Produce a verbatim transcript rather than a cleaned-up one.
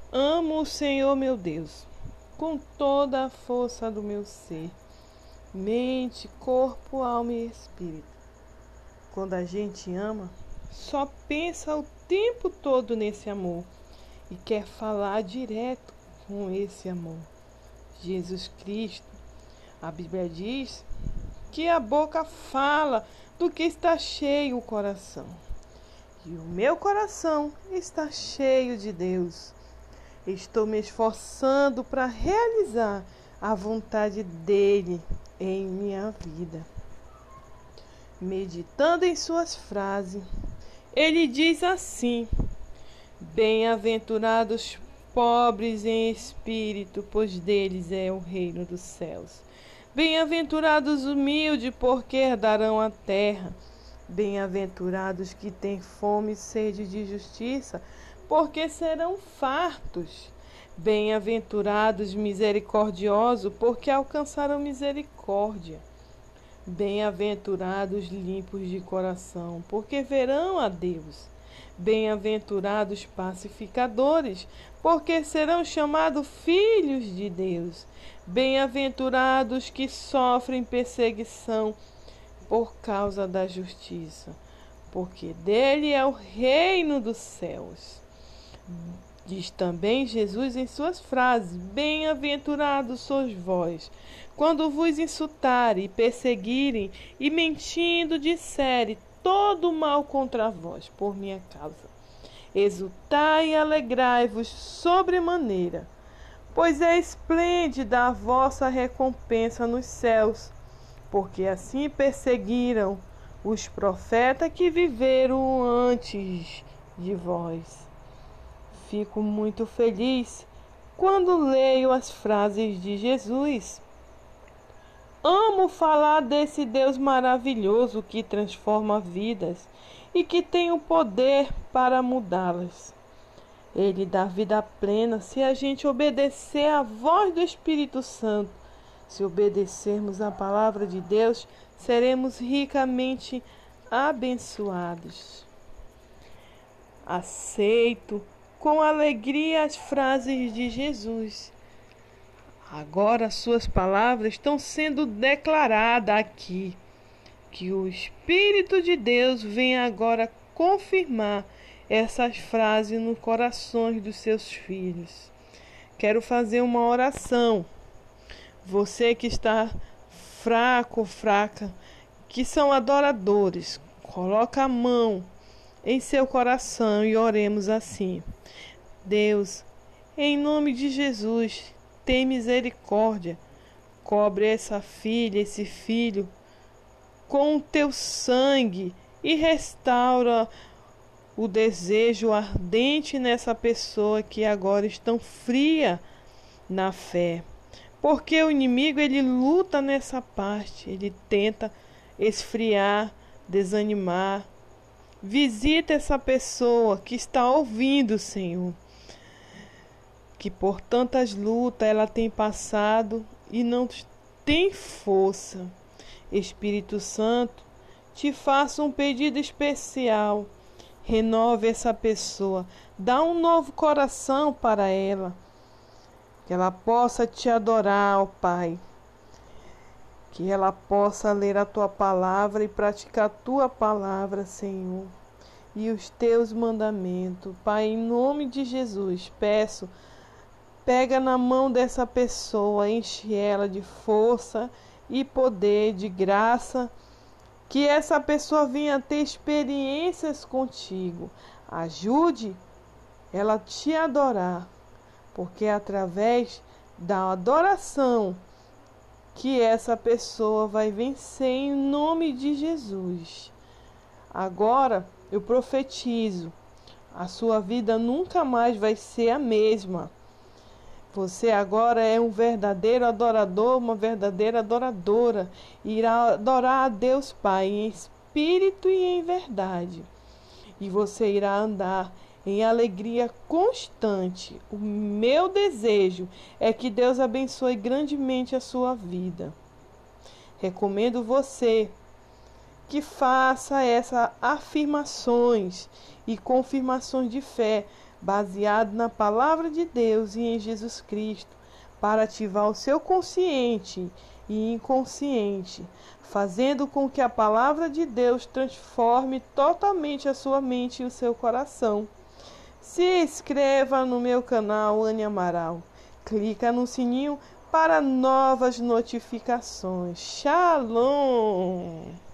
Amo o Senhor meu Deus com toda a força do meu ser, mente, corpo, alma e espírito. Quando a gente ama, só pensa o tempo todo nesse amor e quer falar direto com esse amor. Jesus Cristo, a Bíblia diz que a boca fala do que está cheio o coração. E o meu coração está cheio de Deus. Estou me esforçando para realizar a vontade dele em minha vida. Meditando em suas frases, ele diz assim: bem-aventurados pobres em espírito, pois deles é o reino dos céus. Bem-aventurados humildes, porque herdarão a terra. Bem-aventurados que têm fome e sede de justiça, porque serão fartos. Bem-aventurados misericordiosos, porque alcançarão misericórdia. Bem-aventurados limpos de coração, porque verão a Deus. Bem-aventurados pacificadores, porque serão chamados filhos de Deus. Bem-aventurados que sofrem perseguição por causa da justiça, porque dele é o reino dos céus. Diz também Jesus em suas frases: bem-aventurados sois vós, quando vos insultarem e perseguirem, e mentindo disserem todo mal contra vós, por minha causa. Exultai e alegrai-vos sobremaneira, pois é esplêndida a vossa recompensa nos céus, porque assim perseguiram os profetas que viveram antes de vós. Fico muito feliz quando leio as frases de Jesus. Amo falar desse Deus maravilhoso que transforma vidas e que tem o poder para mudá-las. Ele dá vida plena se a gente obedecer à voz do Espírito Santo. Se obedecermos à palavra de Deus, seremos ricamente abençoados. Aceito com alegria as frases de Jesus. Agora suas palavras estão sendo declaradas aqui. Que o Espírito de Deus venha agora confirmar essas frases nos corações dos seus filhos. Quero fazer uma oração. Você que está fraco ou fraca, que são adoradores, coloca a mão em seu coração e oremos assim. Deus, em nome de Jesus, tem misericórdia. Cobre essa filha, esse filho, com o teu sangue e restaura o desejo ardente nessa pessoa que agora está fria na fé. Porque o inimigo, ele luta nessa parte, ele tenta esfriar, desanimar. Visita essa pessoa que está ouvindo, Senhor, que por tantas lutas ela tem passado e não tem força. Espírito Santo, te faço um pedido especial. Renove essa pessoa, dá um novo coração para ela, que ela possa te adorar, ó Pai, que ela possa ler a tua palavra e praticar a tua palavra, Senhor, e os teus mandamentos. Pai, em nome de Jesus, peço, pega na mão dessa pessoa, enche ela de força e poder, de graça, que essa pessoa venha ter experiências contigo. Ajude ela a te adorar, porque é através da adoração que essa pessoa vai vencer em nome de Jesus. Agora eu profetizo, a sua vida nunca mais vai ser a mesma. Você agora é um verdadeiro adorador, uma verdadeira adoradora. Irá adorar a Deus Pai em espírito e em verdade. E você irá andar em alegria constante. O meu desejo é que Deus abençoe grandemente a sua vida. Recomendo você que faça essas afirmações e confirmações de fé baseado na palavra de Deus e em Jesus Cristo, para ativar o seu consciente e inconsciente, fazendo com que a palavra de Deus transforme totalmente a sua mente e o seu coração. Se inscreva no meu canal Anne Amaral. Clica no sininho para novas notificações. Shalom!